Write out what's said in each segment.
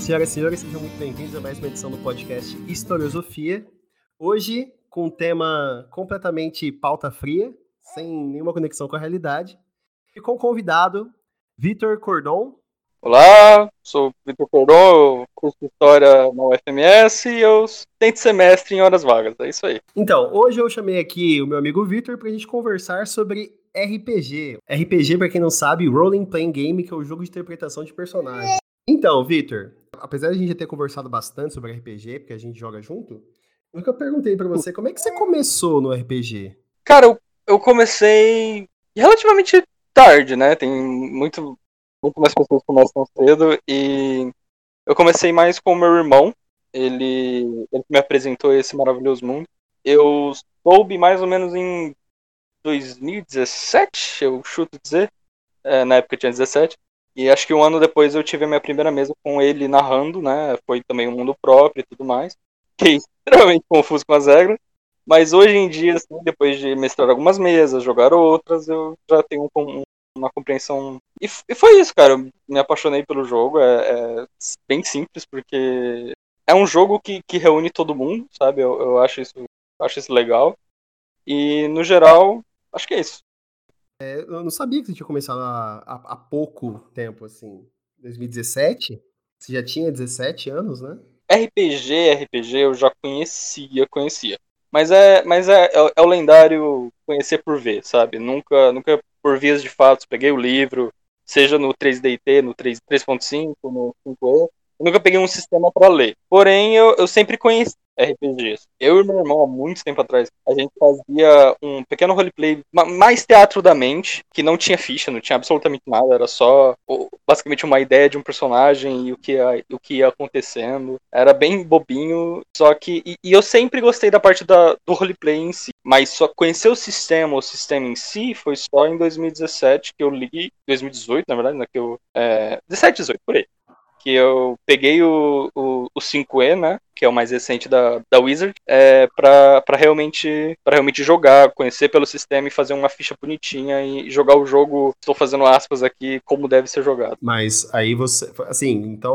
senhoras e senhores, sejam muito bem-vindos a mais uma edição do podcast Historiosofia. Hoje, com um tema completamente pauta fria, sem nenhuma conexão com a realidade, e com o convidado, Vitor Cordon. Olá, sou o Vitor Cordon, eu curso História na UFMS e eu tento semestre em horas vagas, é isso aí. Então, hoje eu chamei aqui o meu amigo Vitor pra gente conversar sobre RPG. RPG, pra quem não sabe, Role Playing Game, que é o jogo de interpretação de personagens. Então, Vitor, apesar de a gente já ter conversado bastante sobre RPG, porque a gente joga junto, eu perguntei pra você, como é que você começou no RPG? Cara, eu comecei relativamente tarde, né? Tem muito mais pessoas que começam cedo e eu comecei mais com o meu irmão. Ele me apresentou esse maravilhoso mundo. Eu soube mais ou menos em 2017, eu chuto dizer. Na época eu tinha 17. E acho que um ano depois eu tive a minha primeira mesa com ele narrando, né? Foi também um mundo próprio e tudo mais. Fiquei extremamente confuso com as regras. Mas hoje em dia, assim, depois de mestrar algumas mesas, jogar outras, eu já tenho uma compreensão. E foi isso, cara. Eu me apaixonei pelo jogo. É bem simples, porque é um jogo que reúne todo mundo, sabe? Eu acho isso legal. E, no geral, acho que é isso. Eu não sabia que você tinha começado há pouco tempo, assim, 2017? Você já tinha 17 anos, né? RPG eu já conhecia. Mas é o lendário conhecer por ver, sabe? Nunca por vias de fato. Peguei o livro, seja no 3DT, no 3.5, no 5E. Eu nunca peguei um sistema para ler. Porém, eu sempre conheci RPGs. Eu e meu irmão, há muito tempo atrás, a gente fazia um pequeno roleplay mais teatro da mente, que não tinha ficha, não tinha absolutamente nada, era só basicamente uma ideia de um personagem e o que ia acontecendo. Era bem bobinho, só que. E eu sempre gostei da parte do roleplay em si, mas só conhecer o sistema em si, foi só em 2017 que eu li, 2018, na verdade, né, que eu. 17, 18, por aí. Que eu peguei o 5E, né? Que é o mais recente da Wizard, pra realmente jogar, conhecer pelo sistema e fazer uma ficha bonitinha e jogar o jogo, estou fazendo aspas aqui, como deve ser jogado. Mas aí você. Assim, então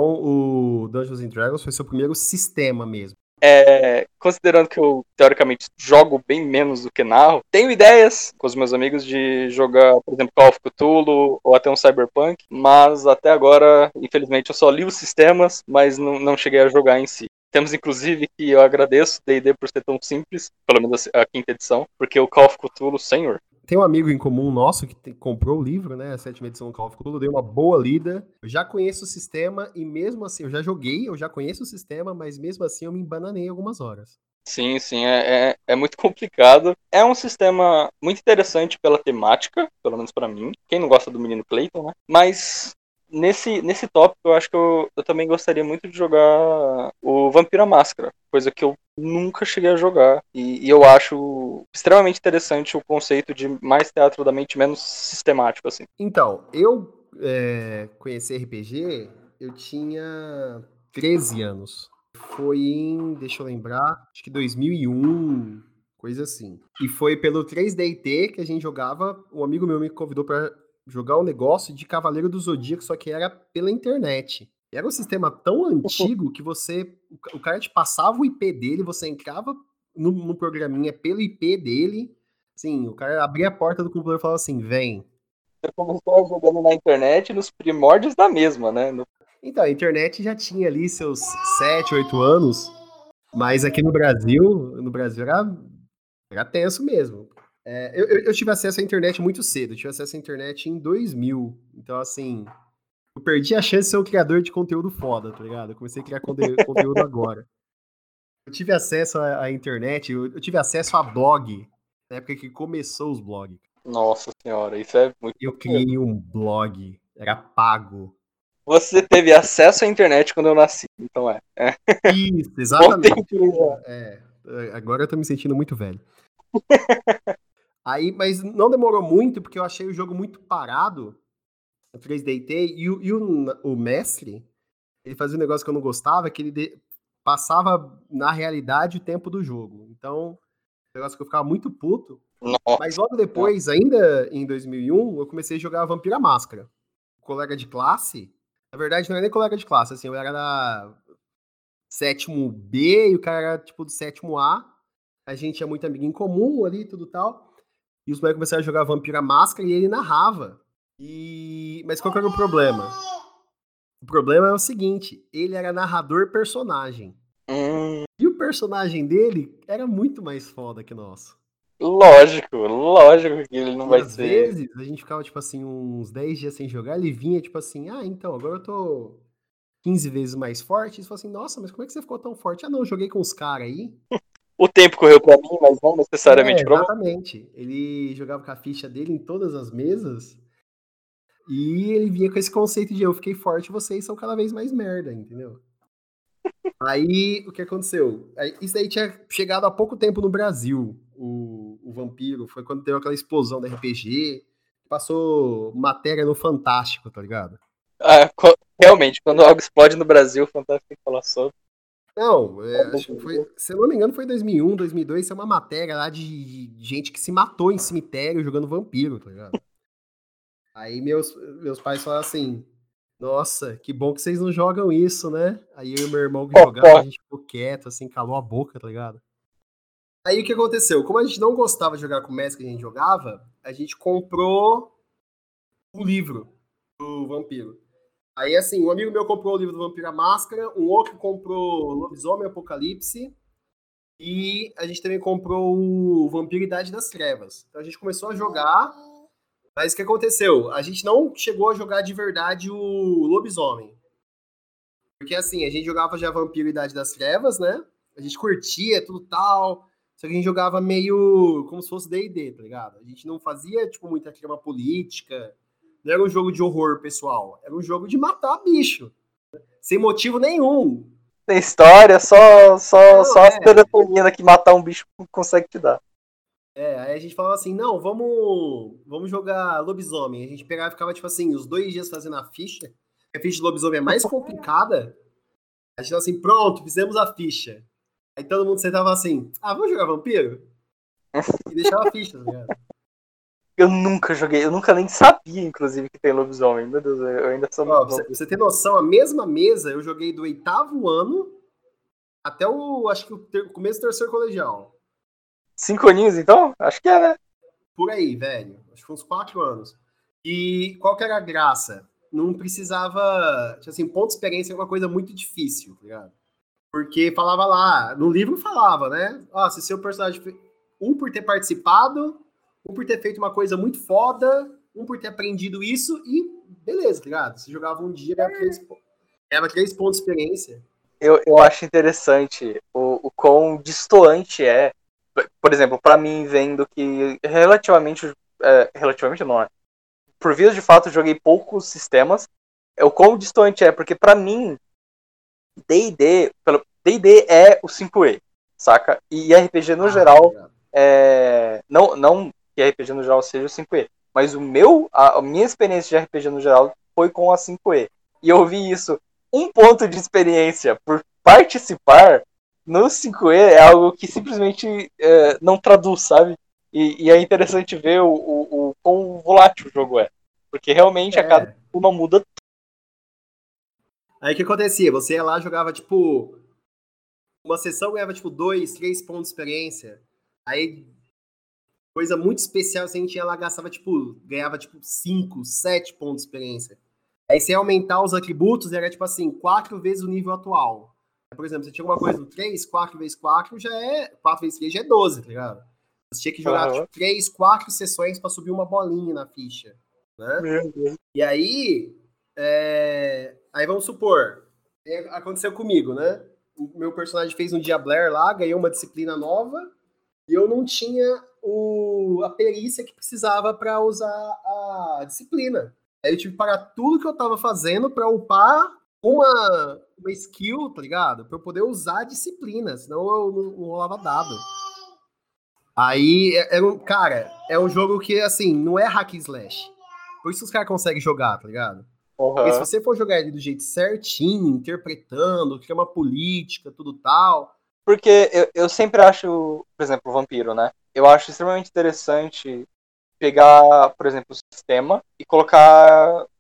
o Dungeons and Dragons foi seu primeiro sistema mesmo. Considerando que eu, teoricamente, jogo bem menos do que narro, tenho ideias com os meus amigos de jogar, por exemplo, Call of Cthulhu ou até um Cyberpunk, mas até agora, infelizmente, eu só li os sistemas, mas não cheguei a jogar em si. Temos, inclusive, que eu agradeço D&D por ser tão simples, pelo menos a quinta edição, porque o Call of Cthulhu, senhor. Tem um amigo em comum nosso que comprou o livro, né? A 7ª edição do Call of Cthulhu, dei uma boa lida. Eu já conheço o sistema e mesmo assim, eu já joguei, eu já conheço o sistema, mas mesmo assim eu me embananei algumas horas. Sim, é muito complicado. É um sistema muito interessante pela temática, pelo menos pra mim. Quem não gosta do menino Clayton, né? Mas nesse tópico eu acho que eu também gostaria muito de jogar o Vampira Máscara, coisa que eu nunca cheguei a jogar. E eu acho extremamente interessante o conceito de mais teatro da mente, menos sistemático, assim. Então, eu conheci RPG, eu tinha 13 anos. Foi deixa eu lembrar, acho que 2001, coisa assim. E foi pelo 3DT que a gente jogava, um amigo meu me convidou pra jogar um negócio de Cavaleiro do Zodíaco, só que era pela internet. E era um sistema tão antigo que o cara te passava o IP dele, você entrava no programinha pelo IP dele, sim, o cara abria a porta do computador e falava assim, vem. Você começou jogando na internet nos primórdios da mesma, né? Então, a internet já tinha ali seus 7, 8 anos, mas aqui no Brasil era tenso mesmo. Eu tive acesso à internet muito cedo, eu tive acesso à internet em 2000, então assim, eu perdi a chance de ser um criador de conteúdo foda, tá ligado? Eu comecei a criar conteúdo agora. Eu tive acesso à internet, eu tive acesso a blog, na época que começou os blogs. Nossa senhora, isso é muito Eu mesmo. criei um blog, era pago. Você teve acesso à internet quando eu nasci, então Isso, Bom exatamente. tempo já. Agora eu tô me sentindo muito velho. Aí, mas não demorou muito, porque eu achei o jogo muito parado, o 3DT, o mestre, ele fazia um negócio que eu não gostava, que ele passava na realidade o tempo do jogo. Então, um negócio que eu ficava muito puto. Mas Nossa logo senhora. depois, ainda em 2001, eu comecei a jogar Vampira Máscara. O colega de classe, Na verdade, não era nem colega de classe, assim, eu era da sétimo B e o cara era, tipo, do sétimo A. A gente tinha muito amigo em comum ali, tudo tal. E os moleques começaram a jogar Vampiro à Máscara e ele narrava. Mas qual que era o problema? O problema é o seguinte, ele era narrador personagem. E o personagem dele era muito mais foda que o nosso. Lógico que ele não E vai às ser. vezes a gente ficava, tipo assim, uns 10 dias sem jogar, ele vinha, tipo assim, então, agora eu tô 15 vezes mais forte. E você fala assim, nossa, mas como é que você ficou tão forte? Ah, não, eu joguei com os caras aí. O tempo correu pra mim, mas não necessariamente pra você. Exatamente. Ele jogava com a ficha dele em todas as mesas. E ele vinha com esse conceito de eu fiquei forte, vocês são cada vez mais merda, entendeu? Aí, o que aconteceu? Isso aí tinha chegado há pouco tempo no Brasil, o Vampiro. Foi quando teve aquela explosão da RPG. Passou matéria no Fantástico, tá ligado? Realmente, quando algo explode no Brasil, o Fantástico tem que falar sobre. Não, acho que foi, se eu não me engano, foi em 2001, 2002. Isso é uma matéria lá de gente que se matou em cemitério jogando vampiro, tá ligado? Aí meus pais falaram assim: nossa, que bom que vocês não jogam isso, né? Aí eu e meu irmão que jogava, a gente ficou quieto, assim, calou a boca, tá ligado? Aí o que aconteceu? Como a gente não gostava de jogar com o Messi que a gente jogava, a gente comprou um livro do Vampiro. Aí, assim, um amigo meu comprou o livro do Vampiro à Máscara, um outro comprou Lobisomem Apocalipse, e a gente também comprou o Vampiro Idade das Trevas. Então a gente começou a jogar, mas o que aconteceu? A gente não chegou a jogar de verdade o Lobisomem. Porque assim, a gente jogava já Vampiro Idade das Trevas, né? A gente curtia tudo tal. Só que a gente jogava meio como se fosse D&D, tá ligado? A gente não fazia, tipo, muita trama política. Não era um jogo de horror, pessoal. Era um jogo de matar bicho. Sem motivo nenhum. Tem história, só Não, a serotonina que matar um bicho consegue te dar. aí a gente falava assim, não, vamos jogar lobisomem. A gente pegava e ficava, tipo assim, os 2 dias fazendo a ficha. A ficha de lobisomem é mais complicada. A gente falava assim, pronto, fizemos a ficha. Aí todo mundo sentava assim, vamos jogar vampiro? E deixava a ficha, tá ligado? Eu nunca joguei, eu nunca nem sabia, inclusive, que tem lobisomem. Meu Deus, eu ainda sou Ó, muito pra novo. você ter noção, a mesma mesa eu joguei do 8º ano até acho que o começo do 3º colegial. 5 aninhos, então? Acho que é, né? Por aí, velho. Acho que foi uns 4 anos. E qual que era a graça? Não precisava. Tipo assim, ponto de experiência é uma coisa muito difícil, tá ligado? Porque falava lá, no livro falava, né? Se seu personagem. Um por ter participado, um por ter feito uma coisa muito foda, um por ter aprendido isso e beleza, tá ligado? Você jogava um dia, ganhava 3 pontos de experiência. Eu acho interessante o quão destoante é. Por exemplo, pra mim, vendo que relativamente não é. Por via de fato, eu joguei poucos sistemas. O quão distante é, porque pra mim, D&D é o 5E, saca? E RPG no geral, não que RPG no geral seja o 5E, mas a minha experiência de RPG no geral foi com a 5E. E eu vi isso, um ponto de experiência por participar no 5E é algo que simplesmente não traduz, sabe? E é interessante ver o quão volátil o jogo é. Porque realmente a cada turma muda. Aí o que acontecia? Você ia lá, jogava, tipo, uma sessão ganhava, tipo, 2, 3 pontos de experiência. Aí, coisa muito especial, se a gente ia lá, gastava, tipo, ganhava, tipo, 5, 7 pontos de experiência. Aí, se aumentar os atributos, era, tipo assim, 4 vezes o nível atual. Por exemplo, você tinha uma coisa no 3, 4 vezes 4 já é... 4 vezes 3 já é 12, tá ligado? Você tinha que jogar, tipo, 3, 4 sessões pra subir uma bolinha na ficha, né? Meu Deus. E aí... Aí vamos supor, aconteceu comigo, né? O meu personagem fez um dia Blair lá, ganhou uma disciplina nova e eu não tinha a perícia que precisava para usar a disciplina. Aí eu tive que parar tudo que eu tava fazendo para upar uma skill, tá ligado? Para eu poder usar a disciplina, senão eu não rolava dado. Aí, cara, é um jogo que, assim, não é hack and slash. Por isso os caras conseguem jogar, tá ligado? Porque se você for jogar ele do jeito certinho, interpretando, que é uma política, tudo tal. Porque eu sempre acho, por exemplo, o Vampiro, né? Eu acho extremamente interessante pegar, por exemplo, o sistema e colocar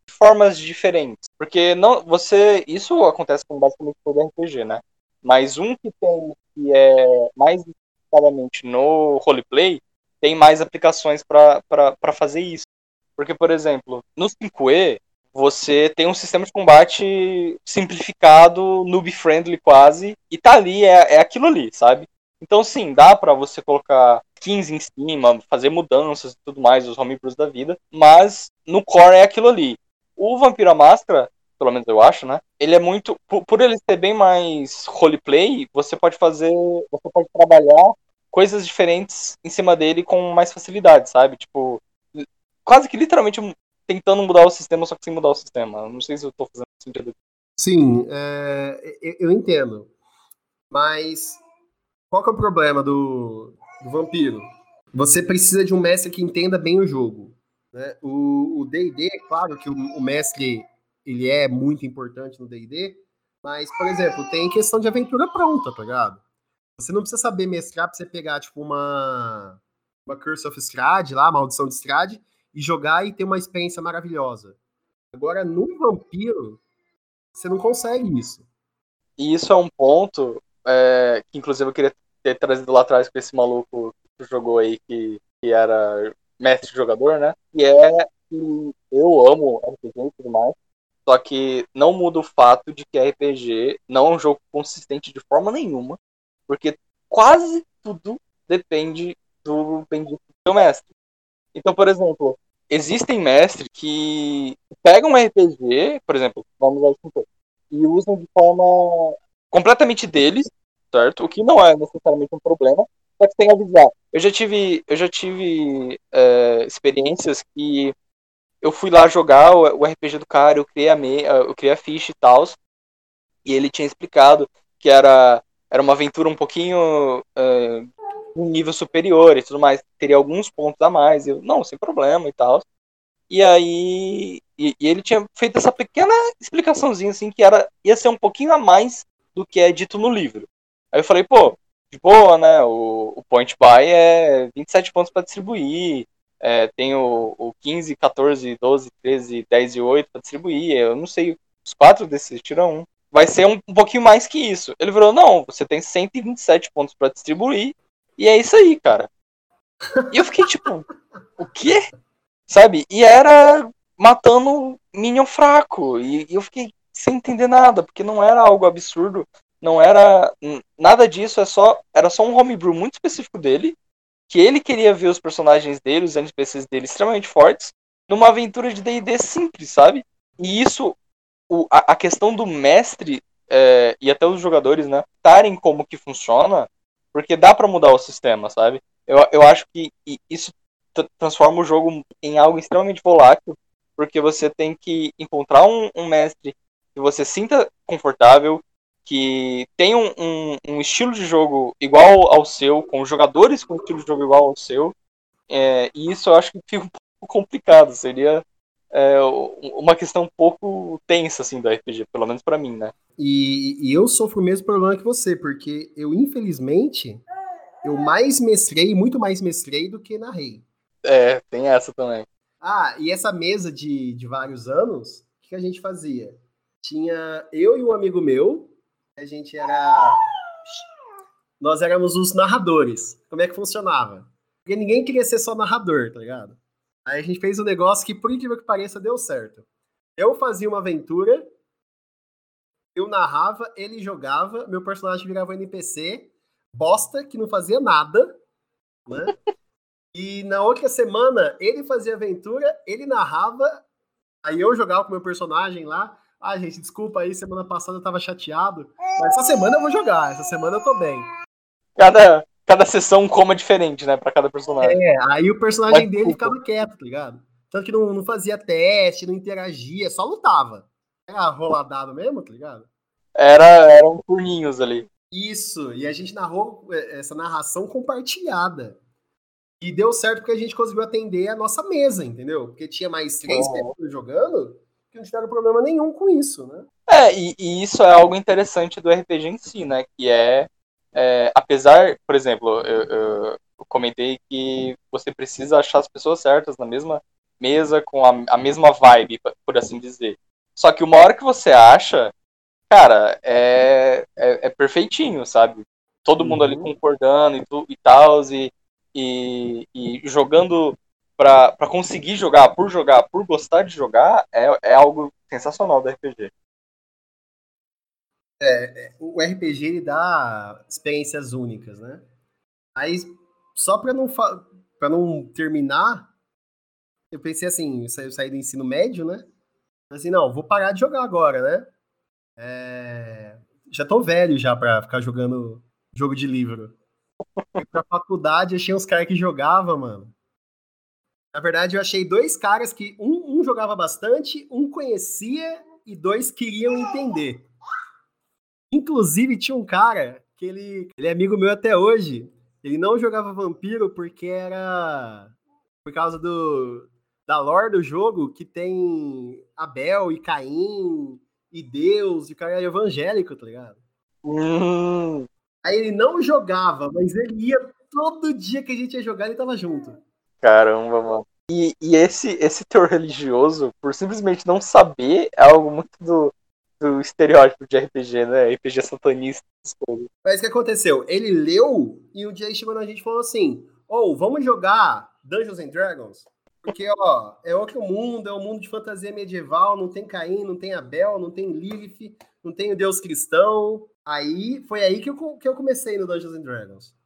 formas diferentes. Porque não, isso acontece com basicamente todo RPG, né? Mas um que é mais especificadamente no roleplay, tem mais aplicações para fazer isso. Porque, por exemplo, no 5e, você tem um sistema de combate simplificado, noob-friendly quase, e tá ali, é aquilo ali, sabe? Então, sim, dá pra você colocar skins em cima, fazer mudanças e tudo mais, os homebrews da vida, mas no core é aquilo ali. O Vampiro à Máscara, pelo menos eu acho, né? Ele é muito. Por ele ser bem mais roleplay, você pode trabalhar coisas diferentes em cima dele com mais facilidade, sabe? Tipo, quase que literalmente tentando mudar o sistema, só que sem mudar o sistema. Não sei se eu tô fazendo sentido. Sim, eu entendo. Mas qual que é o problema do vampiro? Você precisa de um mestre que entenda bem o jogo. Né? O D&D, claro que o mestre ele é muito importante no D&D, mas, por exemplo, tem questão de aventura pronta, tá ligado? Você não precisa saber mestrar pra você pegar, tipo, uma Curse of Strahd lá, Maldição de Strahd, e jogar e ter uma experiência maravilhosa. Agora, no vampiro, você não consegue isso. E isso é um ponto que, inclusive, eu queria ter trazido lá atrás com esse maluco que jogou aí, que era mestre jogador, né? E é que eu amo RPG e tudo mais, só que não muda o fato de que RPG não é um jogo consistente de forma nenhuma, porque quase tudo depende do bendito do seu mestre. Então, por exemplo, existem mestres que pegam um RPG, por exemplo, vamos lá e usam de forma completamente deles, certo? O que não é necessariamente um problema, só que tem que avisar. Eu já tive experiências que eu fui lá jogar o RPG do cara, eu criei a ficha e tal, e ele tinha explicado que era uma aventura um pouquinho um nível superior e tudo mais, teria alguns pontos a mais. Eu, não, sem problema e tal. E aí. E ele tinha feito essa pequena explicaçãozinha, assim, que ia ser um pouquinho a mais do que é dito no livro. Aí eu falei, pô, de boa, né? O point buy é 27 pontos para distribuir. Tem o 15, 14, 12, 13, 10 e 8 para distribuir. Eu não sei, os 4 desses tiram um. Vai ser um pouquinho mais que isso. Ele falou, não, você tem 127 pontos para distribuir. E é isso aí, cara. E eu fiquei tipo, o quê? Sabe? E era matando Minion fraco. E eu fiquei sem entender nada, porque não era algo absurdo. Não era nada disso, era só um homebrew muito específico dele, que ele queria ver os personagens dele, os NPCs dele extremamente fortes, numa aventura de D&D simples, sabe? E isso, a questão do mestre e até os jogadores, né, estarem como que funciona, porque dá pra mudar o sistema, sabe? Eu acho que isso transforma o jogo em algo extremamente volátil, porque você tem que encontrar um mestre que você sinta confortável, que tem um estilo de jogo igual ao seu, com jogadores com estilo de jogo igual ao seu, e isso eu acho que fica um pouco complicado, seria uma questão um pouco tensa, assim, do RPG, pelo menos pra mim, né? E eu sofro o mesmo problema que você, porque eu, infelizmente, eu mais mestrei, muito mais mestrei do que narrei. Tem essa também. Ah, e essa mesa de vários anos, o que a gente fazia? Tinha eu e um amigo meu, a gente era. Nós éramos os narradores. Como é que funcionava? Porque ninguém queria ser só narrador, tá ligado? Aí a gente fez um negócio que, por incrível que pareça, deu certo. Eu fazia uma aventura, eu narrava, ele jogava, meu personagem virava um NPC, bosta, que não fazia nada, né? E na outra semana, ele fazia aventura, ele narrava, aí eu jogava com meu personagem lá. Ah, gente, desculpa aí, semana passada eu tava chateado, mas essa semana eu vou jogar, essa semana eu tô bem. Cada sessão um coma diferente, né, pra cada personagem. Aí o Mas personagem dele desculpa. ficava quieto, tá ligado? Tanto que não fazia teste, não interagia, só lutava. Era roladado mesmo, tá ligado? Eram turninhos ali. Isso, e a gente narrou essa narração compartilhada. E deu certo porque a gente conseguiu atender a nossa mesa, entendeu? Porque tinha mais 3 pessoas jogando que não tiveram problema nenhum com isso, né? E isso é algo interessante do RPG em si, né? Que apesar, por exemplo, eu comentei que você precisa achar as pessoas certas na mesma mesa com a mesma vibe, por assim dizer. Só que uma hora que você acha, cara, é perfeitinho, sabe? Todo mundo ali Uhum. concordando e tal, e jogando pra conseguir jogar, por gostar de jogar, é algo sensacional do RPG. O RPG ele dá experiências únicas, né? Aí, só para não terminar, eu pensei assim, eu saí do ensino médio, né? Falei assim, não, vou parar de jogar agora, né? Já tô velho já pra ficar jogando jogo de livro. Fui pra faculdade, achei uns caras que jogavam, mano. Na verdade, eu achei dois caras que um jogava bastante, um conhecia e dois queriam entender. Inclusive, tinha um cara que ele é amigo meu até hoje. Ele não jogava vampiro porque era por causa da lore do jogo que tem Abel e Caim e Deus, e o cara é evangélico, tá ligado? Hum, Aí ele não jogava, mas ele ia todo dia que a gente ia jogar, ele tava junto. caramba, mano. E esse teor religioso, por simplesmente não saber, é algo muito do estereótipo de RPG, né? RPG satanista, essas coisas. Mas o que aconteceu? Ele leu e um dia ele chegou na gente e falou assim: Ô, vamos jogar Dungeons and Dragons? Porque, ó, é outro mundo, é um mundo de fantasia medieval, não tem Caim, não tem Abel, não tem Lilith, não tem o Deus cristão. Aí, foi aí que eu comecei no Dungeons and Dragons.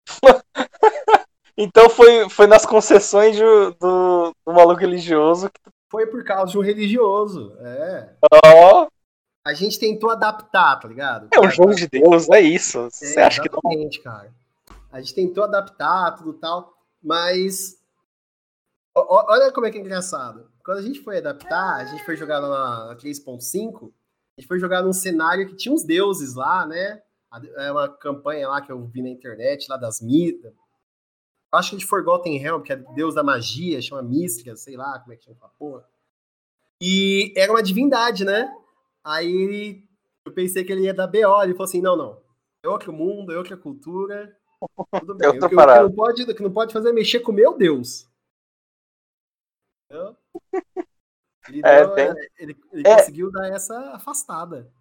Então foi nas concessões do maluco religioso que. Foi por causa de um religioso, é. Ó, A gente tentou adaptar, tá ligado? é um jogo de Deus, é isso. Você acha que não? Exatamente, cara. A gente tentou adaptar tudo tal, mas olha como é que é engraçado. Quando a gente foi adaptar, a gente foi jogar na 3.5, a gente foi jogar num cenário que tinha uns deuses lá, né? É uma campanha lá que eu vi na internet, lá das mitas. Acho que de Forgotten Realm, que é deus da magia, chama Mística, sei lá como é que chama essa porra. E era uma divindade, né? Aí eu pensei que ele ia dar BO, ele falou assim, não. É outro mundo, é outra cultura, tudo É bem. outra O parada. que não pode fazer é mexer com o meu Deus. Entendeu? Ele É, deu, tem. ele É, conseguiu dar essa afastada.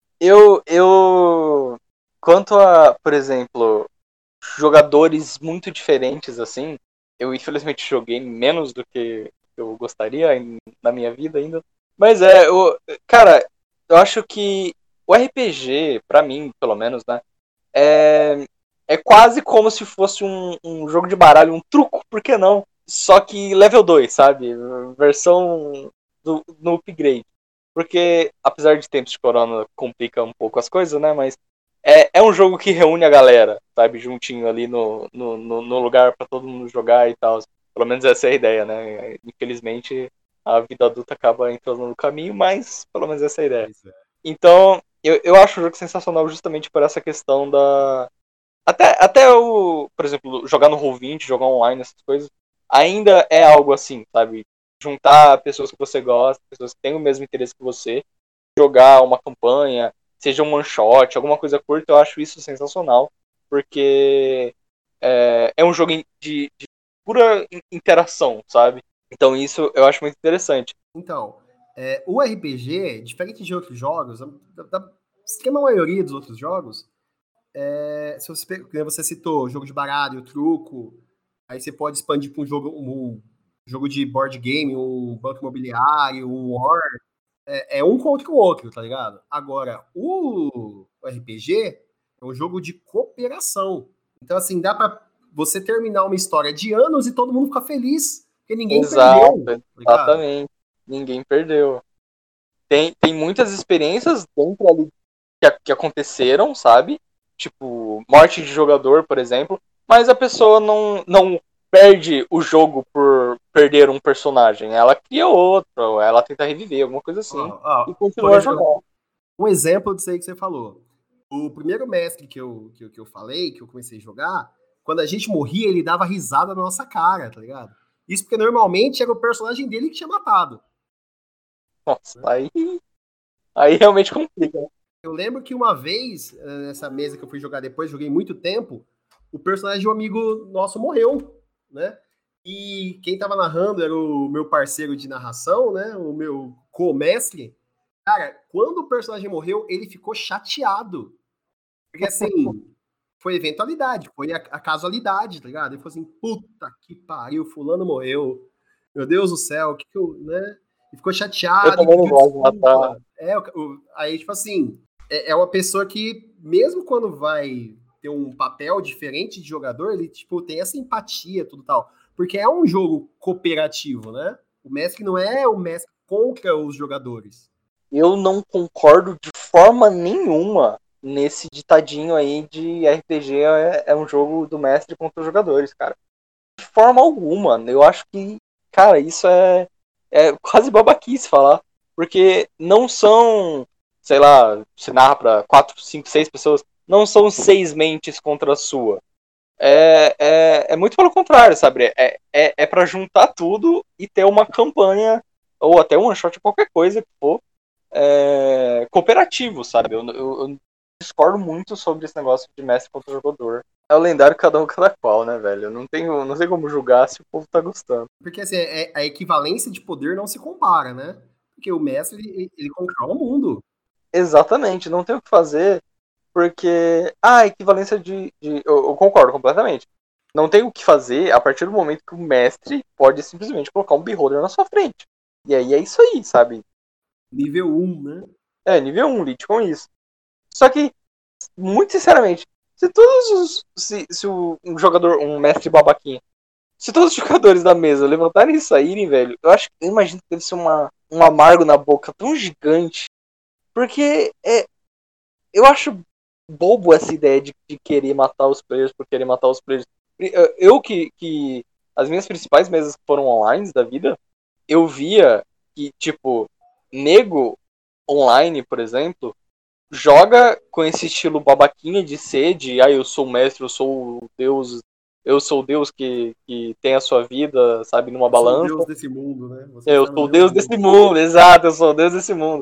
eu. Quanto a, por exemplo, jogadores muito diferentes assim, eu infelizmente joguei menos do que eu gostaria na minha vida ainda. Mas cara, eu acho que o RPG, pra mim, pelo menos, né, é, é quase como se fosse um jogo de baralho, um truco, por que não? Só que level 2, sabe? Versão no upgrade. Porque, apesar de tempos de corona complica um pouco as coisas, né? Mas é um jogo que reúne a galera, sabe? Juntinho ali no lugar pra todo mundo jogar e tal. Pelo menos essa é a ideia, né? Infelizmente, a vida adulta acaba entrando no caminho, mas pelo menos essa é a ideia. Pois é. Então, eu acho o jogo sensacional justamente por essa questão da. Até o, por exemplo, jogar no Roll20, jogar online, essas coisas, ainda é algo assim, sabe? Juntar pessoas que você gosta, pessoas que têm o mesmo interesse que você, jogar uma campanha, seja um one shot, alguma coisa curta, eu acho isso sensacional, porque é um jogo de pura interação, sabe? Então isso eu acho muito interessante. Então, o RPG, diferente de outros jogos, da extrema maioria dos outros jogos, se você, como você citou, jogo de baralho, truco, aí você pode expandir para um jogo de board game, um banco imobiliário, um war, é um contra o outro, tá ligado? Agora, o RPG é um jogo de cooperação. Então, assim, dá pra você terminar uma história de anos e todo mundo ficar feliz, porque ninguém Exato, perdeu, tá ligado? exatamente. Ninguém perdeu. Tem muitas experiências dentro ali que aconteceram, sabe? Tipo, morte de jogador, por exemplo. Mas a pessoa não perde o jogo por perder um personagem. Ela cria outro, ela tenta reviver, alguma coisa assim. E Por continua a exemplo, jogar. um exemplo disso aí que você falou. O primeiro mestre que eu falei, que eu comecei a jogar, quando a gente morria, ele dava risada na nossa cara, tá ligado? Isso porque normalmente era o personagem dele que tinha matado. Nossa, Né? aí realmente complica. Eu lembro que uma vez, nessa mesa que eu fui jogar depois, joguei muito tempo, o personagem de um amigo nosso morreu, né? E quem tava narrando era o meu parceiro de narração, né? O meu co-mestre. Cara, quando o personagem morreu, ele ficou chateado. Porque assim, foi eventualidade, foi a casualidade, tá ligado? Ele falou assim, puta que pariu, fulano morreu. Meu Deus do céu, o que que eu, né? E ficou Eu chateado e também não pediu gosto de matar. desculpa. Aí, tipo assim, é uma pessoa que, mesmo quando vai ter um papel diferente de jogador, ele, tipo, tem essa empatia, tudo tal. Porque é um jogo cooperativo, né? O mestre não é o mestre contra os jogadores. Eu não concordo de forma nenhuma nesse ditadinho aí de RPG é um jogo do mestre contra os jogadores, cara. De forma alguma. Eu acho que, cara, isso é quase babaquice falar. Porque não são, sei lá, se narra pra 4, 5, 6 pessoas, não são 6 mentes contra a sua. É muito pelo contrário, sabe? É para juntar tudo e ter uma campanha, ou até um one shot, qualquer coisa que for, cooperativo, sabe? Eu discordo muito sobre esse negócio de mestre contra jogador. É o lendário cada um, cada qual, né, velho? Eu não sei como julgar se o povo tá gostando. Porque assim, a equivalência de poder não se compara, né? Porque o mestre, ele controla o mundo. Exatamente, não tem o que fazer, porque. Ah, equivalência eu concordo completamente. Não tem o que fazer a partir do momento que o mestre pode simplesmente colocar um beholder na sua frente. E aí é isso aí, sabe? Nível um, né? É, nível 1, lide com isso. Só que, muito sinceramente, se todos os. Se um jogador, um mestre babaquinha, se todos os jogadores da mesa levantarem e saírem, velho, eu imagino que deve ser um amargo na boca tão gigante. Porque eu acho bobo essa ideia de querer matar os players por querer matar os players. Eu que as minhas principais mesas que foram online da vida, eu via que, tipo, nego online, por exemplo, joga com esse estilo babaquinha de ser, de eu sou o mestre, eu sou o Deus que tem a sua vida, sabe, numa Eu sou o balança. deus desse mundo, né? Você Eu está no sou o meu Deus desse mundo. mundo, exato, eu sou o Deus desse mundo.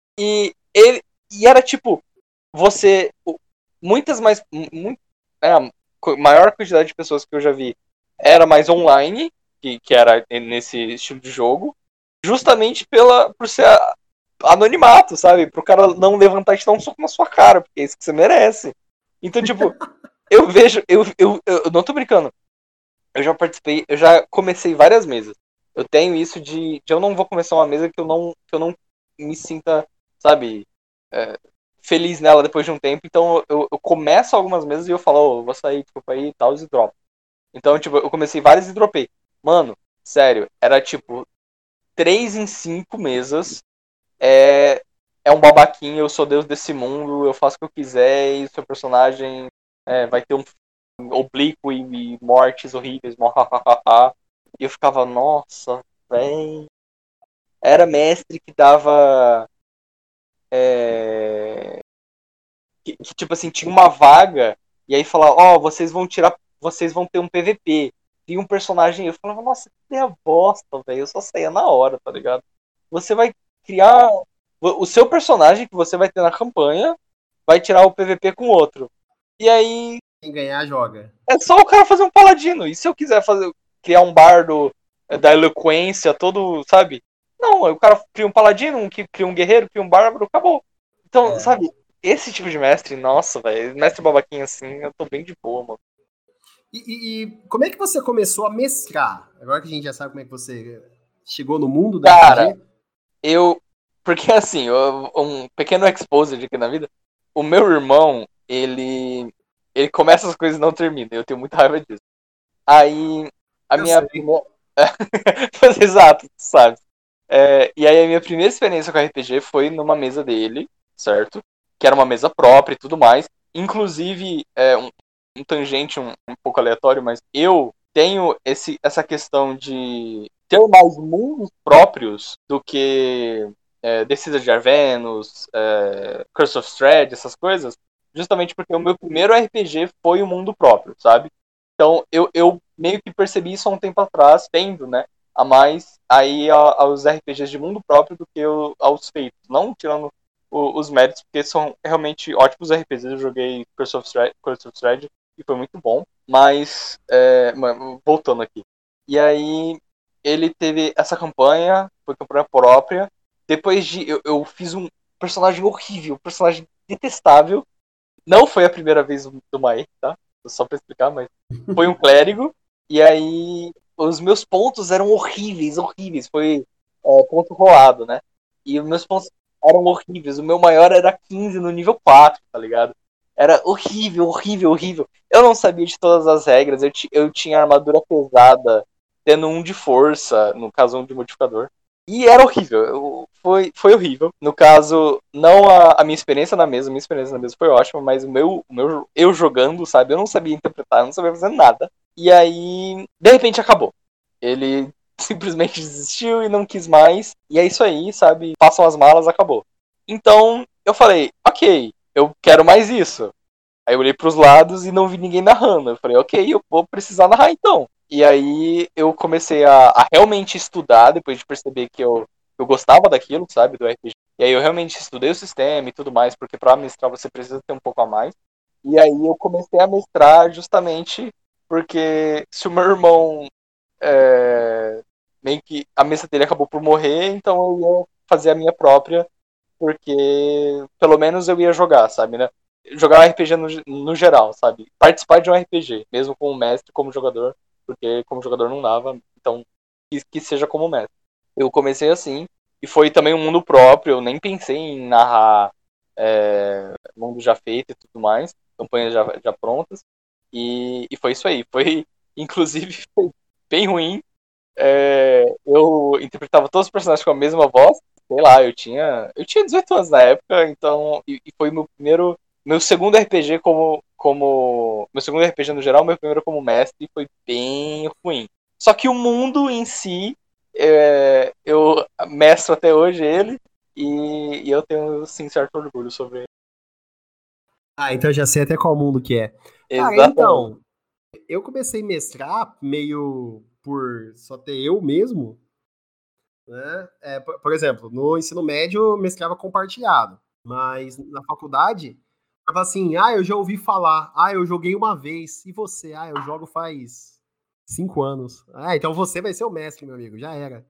E era tipo, você. Muitas mais. A maior quantidade de pessoas que eu já vi era mais online, que era nesse estilo de jogo, justamente por ser anonimato, sabe? Pro cara não levantar e te dar um soco na sua cara, porque é isso que você merece. Então, tipo, eu vejo. Eu não tô brincando. Eu já participei, eu já comecei várias mesas. Eu tenho isso de eu não vou começar uma mesa que eu não me sinta, sabe, é, feliz nela depois de um tempo. Então eu começo algumas mesas e eu falo, vou sair, desculpa aí e tal, e dropo. Então, tipo, eu comecei várias e dropei. Mano, sério, era tipo 3 em 5 mesas. É, é um babaquinho, eu sou Deus desse mundo, eu faço o que eu quiser e o seu personagem vai ter um oblíquo e mortes horríveis, e eu ficava, nossa, velho. Era mestre que dava. Tipo assim, tinha uma vaga, e aí falava, vocês vão ter um PVP. E um personagem, eu falava, nossa, que ideia bosta, velho. Eu só saía na hora, tá ligado? Você vai criar. O seu personagem que você vai ter na campanha vai tirar o PVP com outro. E aí Quem ganhar, joga. é só o cara fazer um paladino. E se eu quiser criar um bardo da eloquência, todo, sabe? Não, o cara cria um paladino, cria um guerreiro, cria um bárbaro, acabou. Então, É. sabe, esse tipo de mestre, nossa, velho, mestre babaquinho assim, eu tô bem de boa, mano. E como é que você começou a mestrar? Agora que a gente já sabe como é que você chegou no mundo do Cara, RPG. eu. Porque assim, um pequeno exposed aqui na vida. O meu irmão, ele começa as coisas e não termina. Eu tenho muita raiva disso. Aí, a Eu minha sei. primeira. Exato, sabe? E aí a minha primeira experiência com RPG foi numa mesa dele, certo? Que era uma mesa própria e tudo mais. Inclusive, um tangente um pouco aleatório, mas eu tenho essa questão de ter mais mundos próprios do que Descida de Arvenus, Curse of Strahd, essas coisas, justamente porque o meu primeiro RPG foi um mundo próprio, sabe? Então eu meio que percebi isso há um tempo atrás, tendo, né, a mais aí aos RPGs de mundo próprio do que aos feitos. Não tirando os méritos, porque são realmente ótimos RPGs. Eu joguei Curse of Strahd e foi muito bom. Mas, voltando aqui. E aí ele teve essa campanha, foi campanha própria. Depois de. Eu fiz um personagem horrível, um personagem detestável. Não foi a primeira vez do Mae, tá? Só pra explicar, mas foi um clérigo. E aí os meus pontos eram horríveis, horríveis. Foi ponto rolado, né? E os meus pontos eram horríveis. O meu maior era 15 no nível 4, tá ligado? Era horrível, horrível, horrível. Eu não sabia de todas as regras. Eu tinha armadura pesada, tendo um de força, no caso um de modificador. E era horrível. Foi horrível. No caso, não a minha experiência na mesa. A minha experiência na mesa foi ótima, mas eu jogando, sabe? Eu não sabia interpretar, eu não sabia fazer nada. E aí, de repente, acabou. Ele simplesmente desistiu e não quis mais. E é isso aí, sabe? Façam as malas, acabou. Então, eu falei, ok, eu quero mais isso. Aí eu olhei pros lados e não vi ninguém narrando. Eu falei, ok, eu vou precisar narrar então. E aí eu comecei a realmente estudar, depois de perceber que eu gostava daquilo, sabe, do RPG. E aí eu realmente estudei o sistema e tudo mais, porque para mestrar você precisa ter um pouco a mais. E aí eu comecei a mestrar justamente porque se o meu irmão meio que a mesa dele acabou por morrer, então eu ia fazer a minha própria, porque pelo menos eu ia jogar, sabe, né? Jogar um RPG no geral, sabe? Participar de um RPG, mesmo como mestre, como jogador, porque como jogador não dava, então que seja como mestre. Eu comecei assim, e foi também um mundo próprio, eu nem pensei em narrar mundo já feito e tudo mais, campanhas já prontas, e foi isso aí. Foi, inclusive, foi bem ruim. Eu interpretava todos os personagens com a mesma voz, sei lá, eu tinha 18 anos na época, então, e foi meu segundo RPG meu segundo RPG no geral, meu primeiro como mestre, foi bem ruim. Só que o mundo em si, eu mestro até hoje ele, e eu tenho, sim, certo orgulho sobre ele. Ah, então já sei até qual mundo que é. Cara, Exatamente. então, eu comecei a mestrar meio por só ter eu mesmo, né? Por exemplo, no ensino médio eu mestrava compartilhado, mas na faculdade tava assim, eu já ouvi falar, eu joguei uma vez, e você? Eu jogo faz 5 anos. Então você vai ser o mestre, meu amigo, já era.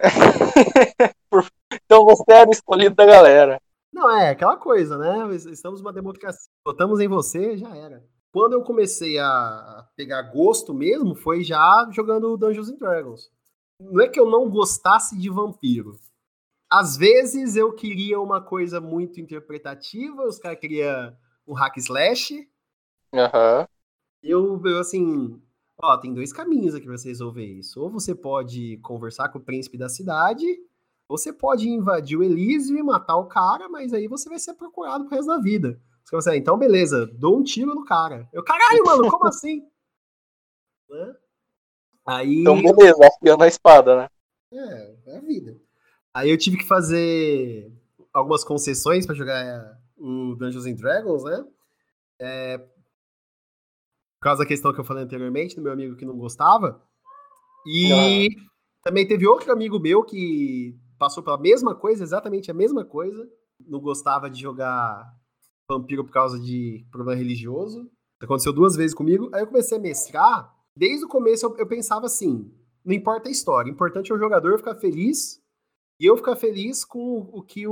Então você era o escolhido da galera. Não, é aquela coisa, né? Estamos numa democracia, votamos em você, já era. Quando eu comecei a pegar gosto mesmo, foi já jogando Dungeons and Dragons. Não é que eu não gostasse de vampiro. Às vezes eu queria uma coisa muito interpretativa, os caras queriam um hack slash. Aham. Eu assim, tem dois caminhos aqui pra você resolver isso. Ou você pode conversar com o príncipe da cidade, ou você pode invadir o Elísio e matar o cara, mas aí você vai ser procurado pro resto da vida. Você vai dizer, então beleza, dou um tiro no cara. Caralho, mano, como assim? Né? Então, Aí, beleza, afiando a espada, né? é a vida. Aí eu tive que fazer algumas concessões pra jogar o Dungeons and Dragons, né? Por causa da questão que eu falei anteriormente, do meu amigo que não gostava. Aham. E também teve outro amigo meu que passou pela mesma coisa, exatamente a mesma coisa. Não gostava de jogar vampiro por causa de problema religioso. Aconteceu 2 vezes comigo. Aí eu comecei a mestrar. Desde o começo eu pensava assim: não importa a história, o importante é o jogador ficar feliz e eu ficar feliz com o que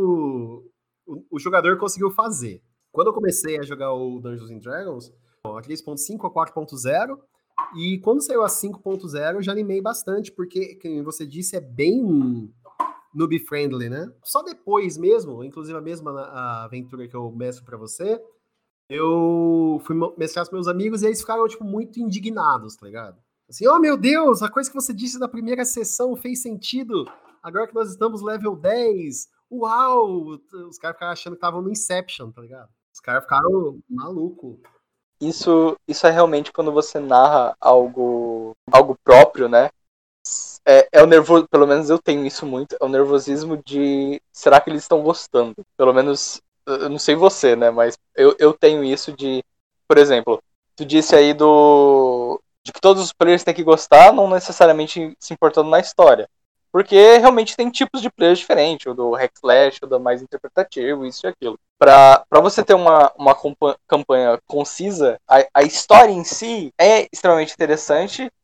o jogador conseguiu fazer. Quando eu comecei a jogar o Dungeons and Dragons, a 3.5 a 4.0, e quando saiu a 5.0 eu já animei bastante, porque, como você disse, é bem noob friendly, né? Só depois mesmo, inclusive a mesma a aventura que eu mestro pra você, eu fui mestrar com meus amigos e eles ficaram, tipo, muito indignados, tá ligado? Assim, oh meu Deus, a coisa que você disse na primeira sessão fez sentido, agora que nós estamos level 10, uau! Os caras ficaram achando que estavam no Inception, tá ligado? Os caras ficaram malucos. Isso é realmente quando você narra algo próprio, né? É o nervoso, pelo menos eu tenho isso muito, é o nervosismo de será que eles estão gostando? Pelo menos, eu não sei você, né? Mas eu tenho isso de, por exemplo, tu disse aí de que todos os players têm que gostar, não necessariamente se importando na história. Porque realmente tem tipos de players diferentes, o do hack slash, o do mais interpretativo, isso e aquilo. Para você ter uma campanha concisa, a história em si é extremamente interessante,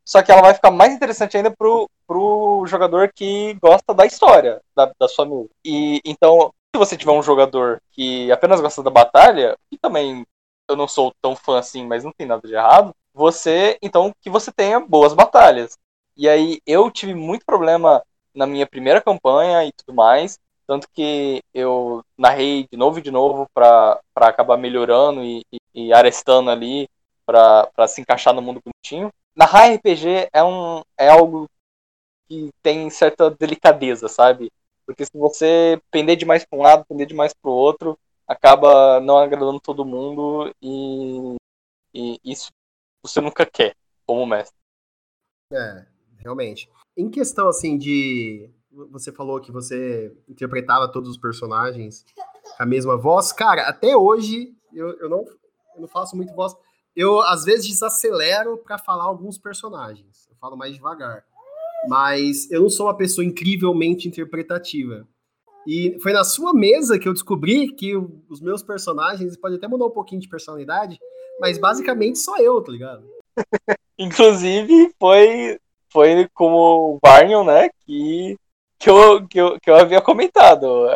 só que ela vai ficar mais interessante ainda pro jogador que gosta da história da sua mesa. E então, se você tiver um jogador que apenas gosta da batalha, e também eu não sou tão fã assim, mas não tem nada de errado, então que você tenha boas batalhas. E aí eu tive muito problema na minha primeira campanha e tudo mais, tanto que eu narrei de novo e de novo para acabar melhorando e arestando ali para se encaixar no mundo bonitinho. Narrar RPG é algo que tem certa delicadeza, sabe? Porque se você pender demais para um lado, pender demais para o outro, acaba não agradando todo mundo e isso você nunca quer como mestre. Realmente. Em questão, assim, de... Você falou que você interpretava todos os personagens com a mesma voz. Cara, até hoje, eu não faço muito voz. Eu, às vezes, desacelero para falar alguns personagens. Eu falo mais devagar. Mas eu não sou uma pessoa incrivelmente interpretativa. E foi na sua mesa que eu descobri que os meus personagens podem até mudar um pouquinho de personalidade, mas basicamente sou eu, tá ligado? Inclusive, foi como o Barnion, né, que eu havia comentado.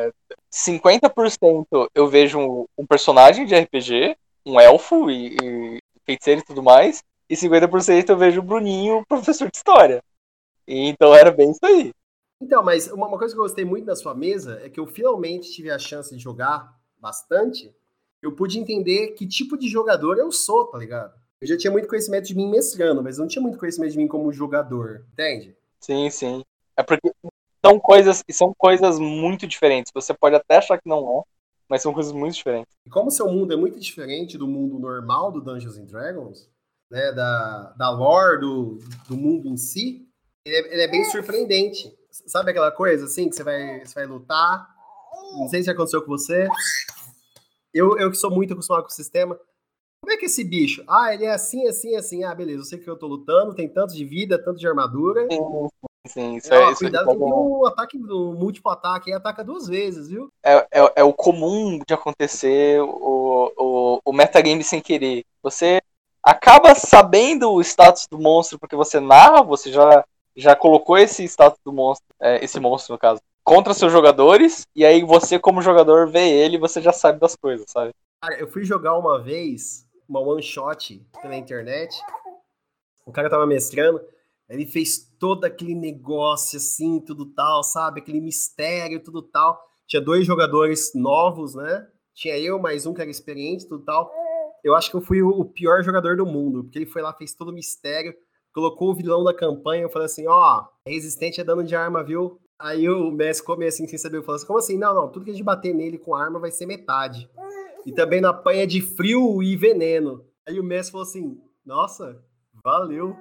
50% eu vejo um personagem de RPG, um elfo e feiticeiro e tudo mais, e 50% eu vejo o Bruninho, professor de história. E então era bem isso aí. Então, mas uma coisa que eu gostei muito da sua mesa é que eu finalmente tive a chance de jogar bastante. Eu pude entender que tipo de jogador eu sou, tá ligado? Eu já tinha muito conhecimento de mim mestrando, mas não tinha muito conhecimento de mim como jogador, entende? Sim, sim. É porque são coisas muito diferentes. Você pode até achar que não é, mas são coisas muito diferentes. E como seu mundo é muito diferente do mundo normal do Dungeons and Dragons, né, da lore do mundo em si, ele é bem surpreendente. Sabe aquela coisa assim que você vai lutar? Não sei se aconteceu com você. Eu que sou muito acostumado com o sistema. Como é que é esse bicho? Ah, ele é assim, assim, assim. Ah, beleza, eu sei que eu tô lutando, tem tanto de vida, tanto de armadura. Sim, sim, isso Cuidado que tem um ataque, um múltiplo ataque e ataca 2 vezes, viu? é o comum de acontecer o metagame sem querer. Você acaba sabendo o status do monstro porque você narra, você já colocou esse status do monstro, esse monstro no caso, contra seus jogadores, e aí você como jogador vê ele e você já sabe das coisas, sabe? Cara, eu fui jogar uma vez uma one shot pela internet. O cara tava mestrando, ele fez todo aquele negócio assim, tudo tal, sabe? Aquele mistério, tudo tal. Tinha 2 jogadores novos, né? Tinha eu, mais um que era experiente, tudo tal. Eu acho que eu fui o pior jogador do mundo, porque ele foi lá, fez todo o mistério, colocou o vilão da campanha, eu falei assim, ó, é resistente a dano de arma, viu? Aí o mestre come assim, sem saber, falou assim, como assim? Não, tudo que a gente bater nele com arma vai ser metade. E também na apanha de frio e veneno. Aí o mestre falou assim, nossa, valeu.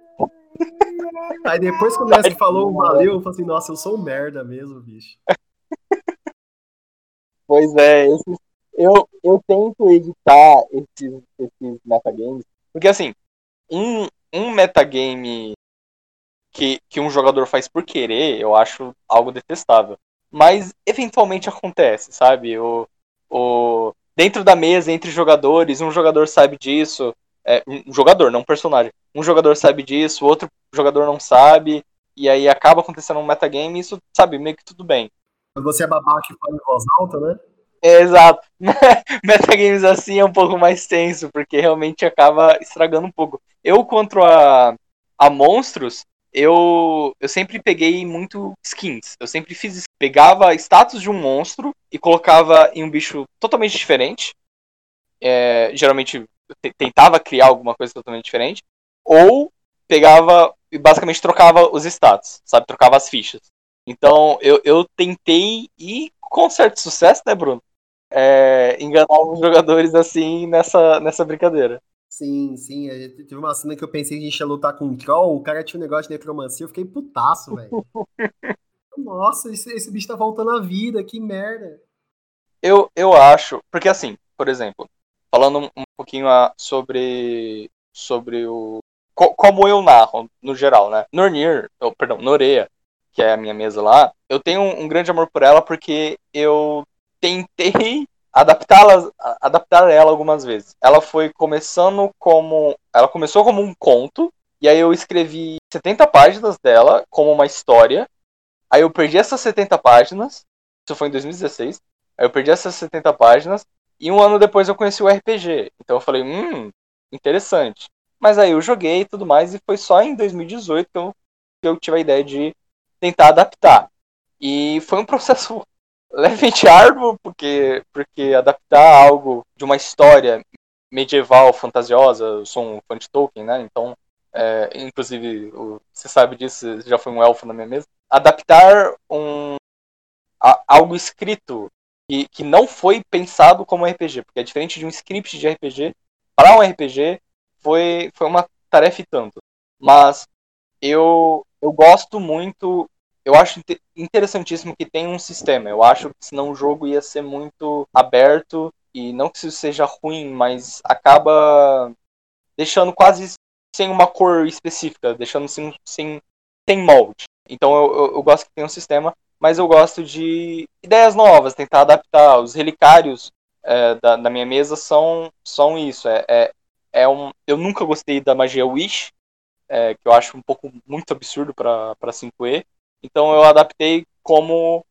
Aí depois que o mestre falou valeu, eu falei assim, nossa, eu sou um merda mesmo, bicho. Pois é, eu tento evitar esses metagames, porque assim, um metagame que um jogador faz por querer, eu acho algo detestável. Mas eventualmente acontece, sabe? Dentro da mesa, entre jogadores, um jogador sabe disso. Um jogador, não um personagem. Um jogador sabe disso, outro jogador não sabe. E aí acaba acontecendo um metagame e isso, sabe, meio que tudo bem. Quando você é babaca e fala em voz alta, né? Exato. Metagames assim é um pouco mais tenso, porque realmente acaba estragando um pouco. Eu, contra a monstros, eu sempre peguei muito skins. Eu sempre pegava status de um monstro e colocava em um bicho totalmente diferente. Geralmente eu tentava criar alguma coisa totalmente diferente. Ou pegava e basicamente trocava os status, sabe? Trocava as fichas. Então eu tentei, e com certo sucesso, né, Bruno? Enganar os jogadores assim nessa brincadeira. Sim, sim. Teve uma cena que eu pensei que a gente ia lutar com um troll, o cara tinha um negócio de necromancia, eu fiquei putaço, velho. Nossa, esse bicho tá voltando à vida, que merda. Eu acho, porque assim, por exemplo, falando um pouquinho sobre como eu narro, no geral, né? Norea, que é a minha mesa lá, eu tenho um grande amor por ela porque eu tentei adaptar ela algumas vezes. Ela começou como um conto, E aí eu escrevi 70 páginas dela como uma história. Aí eu perdi essas 70 páginas. Isso foi em 2016. Aí eu perdi essas 70 páginas. E um ano depois eu conheci o RPG. Então eu falei, interessante. Mas aí eu joguei e tudo mais. E foi só em 2018 que eu tive a ideia de tentar adaptar. E foi um processo levemente árduo, porque adaptar algo de uma história medieval, fantasiosa, eu sou um fã de Tolkien, né? Então, inclusive, você sabe disso, já foi um elfo na minha mesa. Adaptar algo escrito que não foi pensado como RPG, porque é diferente de um script de RPG, para um RPG foi uma tarefa e tanto. Mas eu gosto muito, eu acho interessantíssimo que tem um sistema. Eu acho que senão o jogo ia ser muito aberto, e não que isso seja ruim, mas acaba deixando quase sem uma cor específica, deixando sem molde. Então eu gosto que tem um sistema, mas eu gosto de ideias novas, tentar adaptar. Os relicários da minha mesa são isso. Eu nunca gostei da magia Wish, que eu acho um pouco muito absurdo para 5e. Então eu adaptei como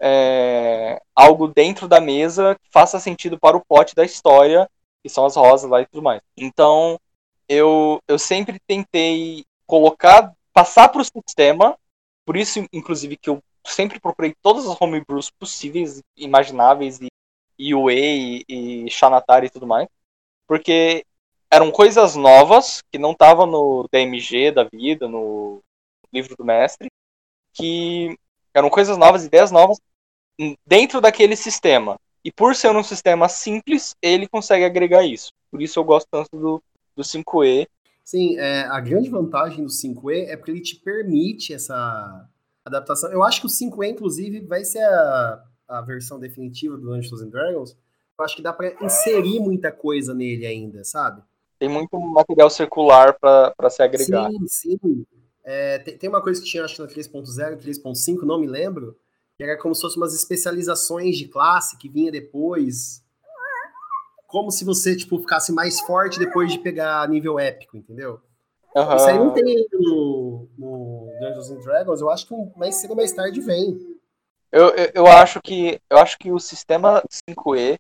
algo dentro da mesa que faça sentido para o plot da história, que são as rosas lá e tudo mais. Então eu sempre tentei passar para o sistema, por isso, inclusive, que eu sempre procurei todas as homebrews possíveis, imagináveis, e UA e Xanatari e tudo mais, porque eram coisas novas que não estavam no DMG da vida, no livro do mestre, que eram coisas novas, ideias novas dentro daquele sistema. E por ser um sistema simples, ele consegue agregar isso. Por isso eu gosto tanto do 5e. Sim, a grande vantagem do 5e é porque ele te permite essa adaptação. Eu acho que o 5e, inclusive, vai ser a versão definitiva do Dungeons and Dragons. Eu acho que dá para inserir muita coisa nele ainda, sabe? Tem muito material circular para se agregar. Sim, sim. Tem uma coisa que tinha, acho que na 3.0, 3.5, não me lembro, que era como se fossem umas especializações de classe que vinha depois, como se você, tipo, ficasse mais forte depois de pegar nível épico, entendeu? Isso aí não Uhum. tem no Dungeons and Dragons, eu acho que mais cedo ou mais tarde vem. Eu acho que o sistema 5e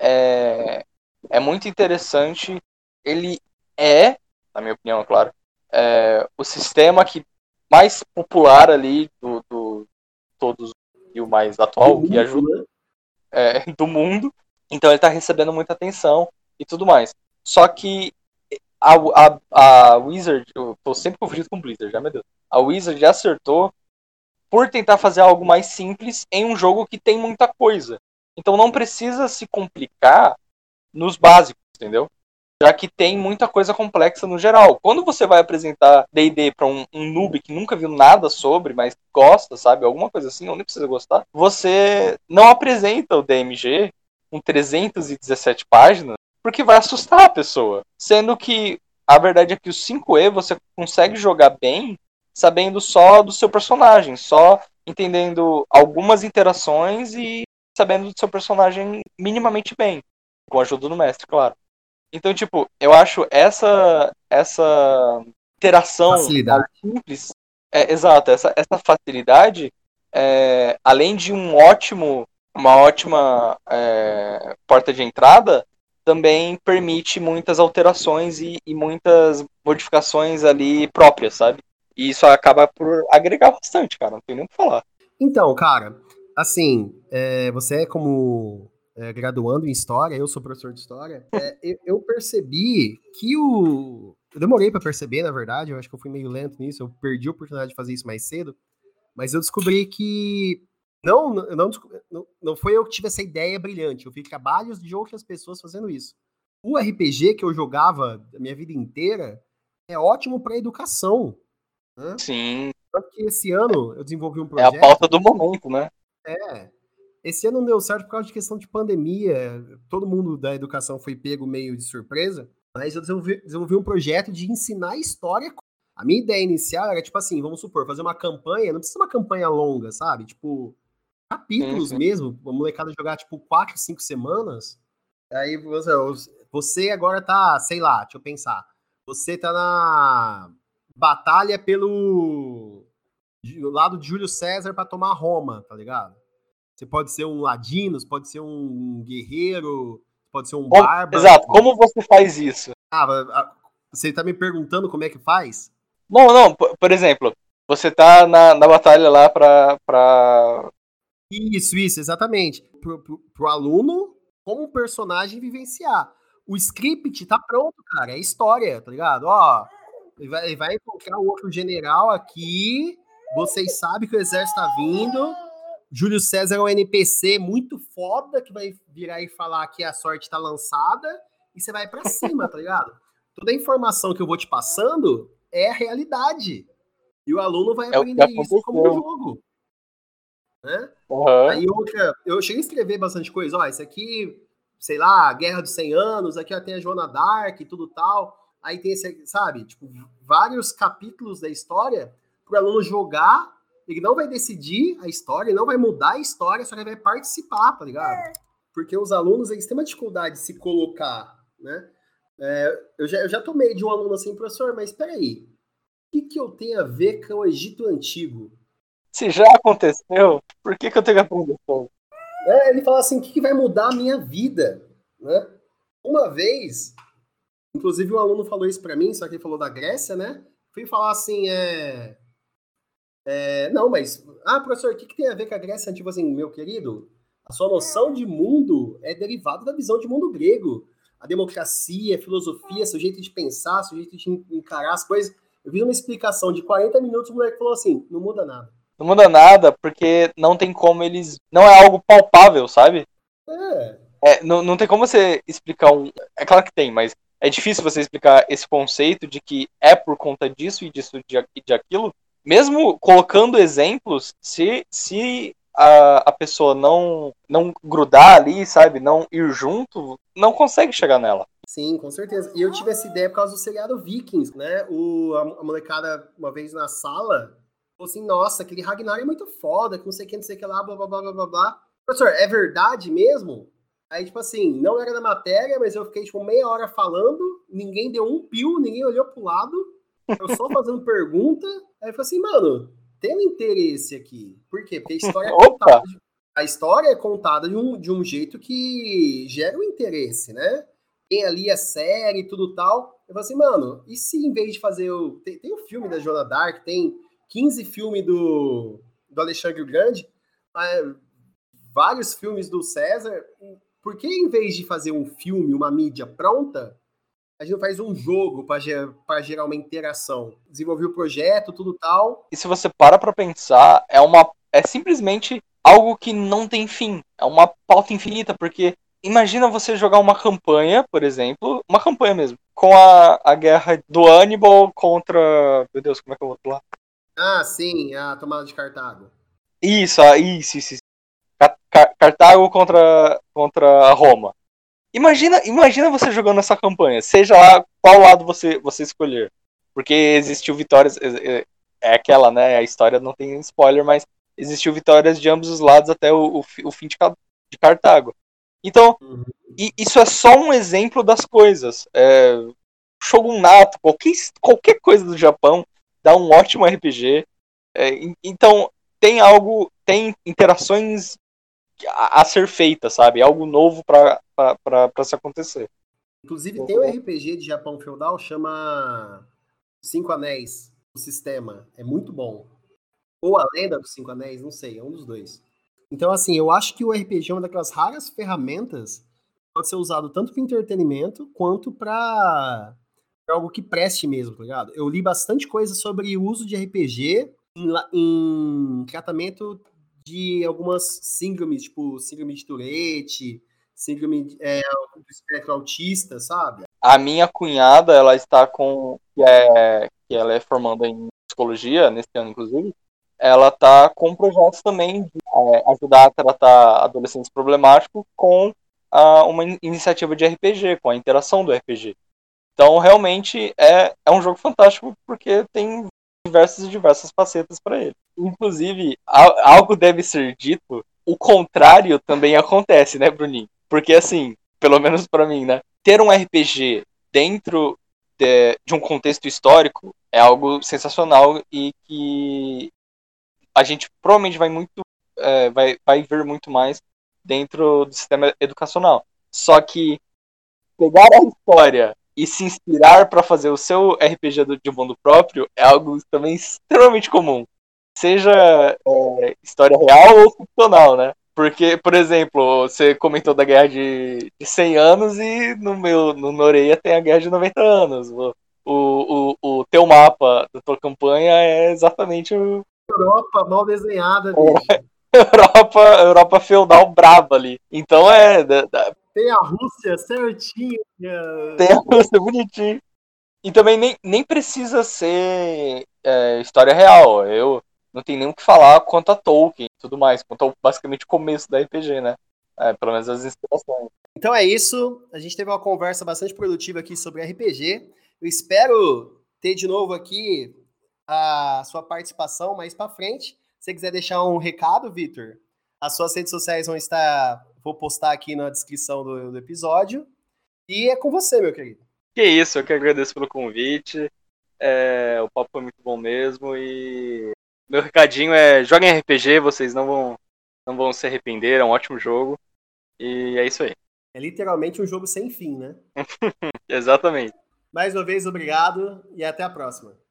é muito interessante. Ele na minha opinião, é claro, o sistema que mais popular ali do todos, e o mais Do atual, que mundo, ajuda, né? do mundo. Então ele está recebendo muita atenção e tudo mais. Só que a Wizard, eu tô sempre confundido com Blizzard, já, meu Deus. A Wizard acertou por tentar fazer algo mais simples em um jogo que tem muita coisa. Então não precisa se complicar nos básicos, entendeu? Já que tem muita coisa complexa no geral. Quando você vai apresentar D&D para um noob que nunca viu nada sobre, mas gosta, sabe? Alguma coisa assim, ou nem precisa gostar, você não apresenta o DMG com 317 páginas, porque vai assustar a pessoa. Sendo que a verdade é que o 5e você consegue jogar bem sabendo só do seu personagem, só entendendo algumas interações e sabendo do seu personagem minimamente bem, com a ajuda do mestre, claro. Então, tipo, eu acho essa interação mais Facilidade. simples, exato, essa facilidade, além de uma ótima porta de entrada, também permite muitas alterações e muitas modificações ali próprias, sabe? E isso acaba por agregar bastante, cara, não tem nem o que falar. Então, cara, assim, você é como graduando em História, eu sou professor de História, eu percebi que Eu demorei pra perceber, na verdade, eu acho que eu fui meio lento nisso, eu perdi a oportunidade de fazer isso mais cedo, mas eu descobri que não foi eu que tive essa ideia brilhante, eu vi trabalhos de outras pessoas fazendo isso. O RPG que eu jogava a minha vida inteira é ótimo para educação, né? Sim, Tanto que esse ano eu desenvolvi um é a projeto. pauta do momento, né? É, esse ano não deu certo por causa de questão de pandemia. Todo mundo da educação foi pego meio de surpresa. Mas eu desenvolvi um projeto de ensinar história. A minha ideia inicial era, tipo assim, vamos supor, fazer uma campanha, não precisa uma campanha longa, sabe? Tipo, Sim, capítulos sim. mesmo, a molecada jogar, tipo, 4, 5 semanas. Aí você agora tá, sei lá, deixa eu pensar. Você tá batalha pelo lado de Júlio César pra tomar Roma, tá ligado? Você pode ser um ladino, você pode ser um guerreiro, pode ser um bárbaro. Exato, como você faz isso? Você tá me perguntando como é que faz? Não, por exemplo, você tá na batalha lá pra... Isso, exatamente. Pro aluno, como personagem, vivenciar. O script tá pronto, cara. É história, tá ligado? Ó, ele vai encontrar o outro general aqui. Vocês sabem que o exército tá vindo. Júlio César é um NPC muito foda que vai virar e falar que a sorte tá lançada. E você vai pra cima, tá ligado? Toda a informação que eu vou te passando é a realidade. E o aluno vai É o que aprender isso como um aconteceu. jogo. Né? Uhum. Aí outra, eu cheguei a escrever bastante coisa, ó, isso aqui, sei lá, Guerra dos 100 Anos, aqui ó, tem a Joana Dark e tudo tal, aí tem esse, sabe, tipo, vários capítulos da história pro aluno jogar, ele não vai decidir a história, ele não vai mudar a história, só que ele vai participar, tá ligado? Porque os alunos, eles têm uma dificuldade de se colocar, né? Eu já tomei de um aluno assim, professor, mas peraí, o que eu tenho a ver com o Egito Antigo? Se já aconteceu, por que eu tenho que aprender isso? Ele fala assim, o que vai mudar a minha vida? Né? Uma vez, inclusive um aluno falou isso para mim, só que ele falou da Grécia, né? Fui falar assim, não, mas, professor, o que tem a ver com a Grécia? Tipo assim, meu querido, a sua noção de mundo é derivada da visão de mundo grego. A democracia, a filosofia, seu jeito de pensar, seu jeito de encarar as coisas. Eu vi uma explicação de 40 minutos, o moleque falou assim, não muda nada. Não muda nada, porque não tem como eles... Não é algo palpável, sabe? Não tem como você explicar um... É claro que tem, mas é difícil você explicar esse conceito de que é por conta disso e disso e de aquilo. Mesmo colocando exemplos, se a pessoa não grudar ali, sabe? Não ir junto, não consegue chegar nela. Sim, com certeza. E eu tive essa ideia por causa do seriado Vikings, né? A molecada, uma vez na sala, falou assim, nossa, aquele Ragnar é muito foda, que não sei o que lá, blá, blá, blá, blá, blá, blá. Professor, é verdade mesmo? Aí, tipo assim, não era da matéria, mas eu fiquei, tipo, meia hora falando, ninguém deu um pio, ninguém olhou pro lado, eu só fazendo pergunta, aí eu falei assim, mano, tem um interesse aqui. Por quê? Porque a história é contada de um jeito que gera um interesse, né? Tem ali a série e tudo tal. Eu falei assim, mano, e se em vez de fazer o... Tem o filme da Joana Dark, tem 15 filmes do Alexandre o Grande, vários filmes do César. Por que em vez de fazer um filme, uma mídia pronta, a gente não faz um jogo para gerar uma interação? Desenvolver o projeto, tudo tal. E se você pra pensar, é simplesmente algo que não tem fim. É uma pauta infinita, porque imagina você jogar uma campanha, por exemplo, uma campanha mesmo, com a guerra do Hannibal contra... Meu Deus, como é que eu vou falar? Sim, a tomada de Cartago. Isso. Cartago contra Roma. Imagina você jogando essa campanha, seja lá qual lado você escolher. Porque existiu vitórias. É aquela, né? A história não tem spoiler, mas existiu vitórias de ambos os lados até o fim de Cartago. Então, isso é só um exemplo das coisas. Shogunato, qualquer coisa do Japão dá um ótimo RPG. Então, tem interações a ser feita, sabe? Algo novo pra se acontecer. Inclusive, tem um RPG de Japão feudal, chama Cinco Anéis, o sistema. É muito bom. Ou a Lenda dos Cinco Anéis, não sei, é um dos dois. Então, assim, eu acho que o RPG é uma daquelas raras ferramentas que pode ser usado tanto para entretenimento quanto para algo que preste mesmo, tá ligado? Eu li bastante coisa sobre o uso de RPG em tratamento de algumas síndromes, tipo síndrome de Tourette, síndrome do espectro autista, sabe? A minha cunhada, ela está que ela é formanda em psicologia, nesse ano inclusive, ela está com projetos também de ajudar a tratar adolescentes problemáticos com uma iniciativa de RPG, com a interação do RPG. Então, realmente, é um jogo fantástico, porque tem diversas facetas para ele. Inclusive, algo deve ser dito, o contrário também acontece, né, Bruninho? Porque, assim, pelo menos para mim, né? Ter um RPG dentro de um contexto histórico é algo sensacional e que a gente provavelmente vai ver muito mais dentro do sistema educacional. Só que pegar a história e se inspirar para fazer o seu RPG de mundo próprio é algo também extremamente comum. Seja história real ou ficcional, né? Porque, por exemplo, você comentou da Guerra de 100 anos e no Noreia tem a Guerra de 90 anos. O teu mapa da tua campanha é exatamente o Europa mal desenhada, bicho. Europa feudal braba ali. Então Tem a Rússia certinho. tem a Rússia bonitinho. E também nem precisa ser história real. Eu não tenho nem o que falar quanto a Tolkien e tudo mais, quanto ao basicamente o começo da RPG, né? Pelo menos as inspirações. Então é isso. A gente teve uma conversa bastante produtiva aqui sobre RPG. Eu espero ter de novo aqui a sua participação mais para frente. Se você quiser deixar um recado, Vitor, as suas redes sociais vou postar aqui na descrição do episódio. E é com você, meu querido. Que isso, eu que agradeço pelo convite. O papo foi muito bom mesmo e meu recadinho é joguem RPG, vocês não vão se arrepender, é um ótimo jogo. E é isso aí. É literalmente um jogo sem fim, né? Exatamente. Mais uma vez, obrigado e até a próxima.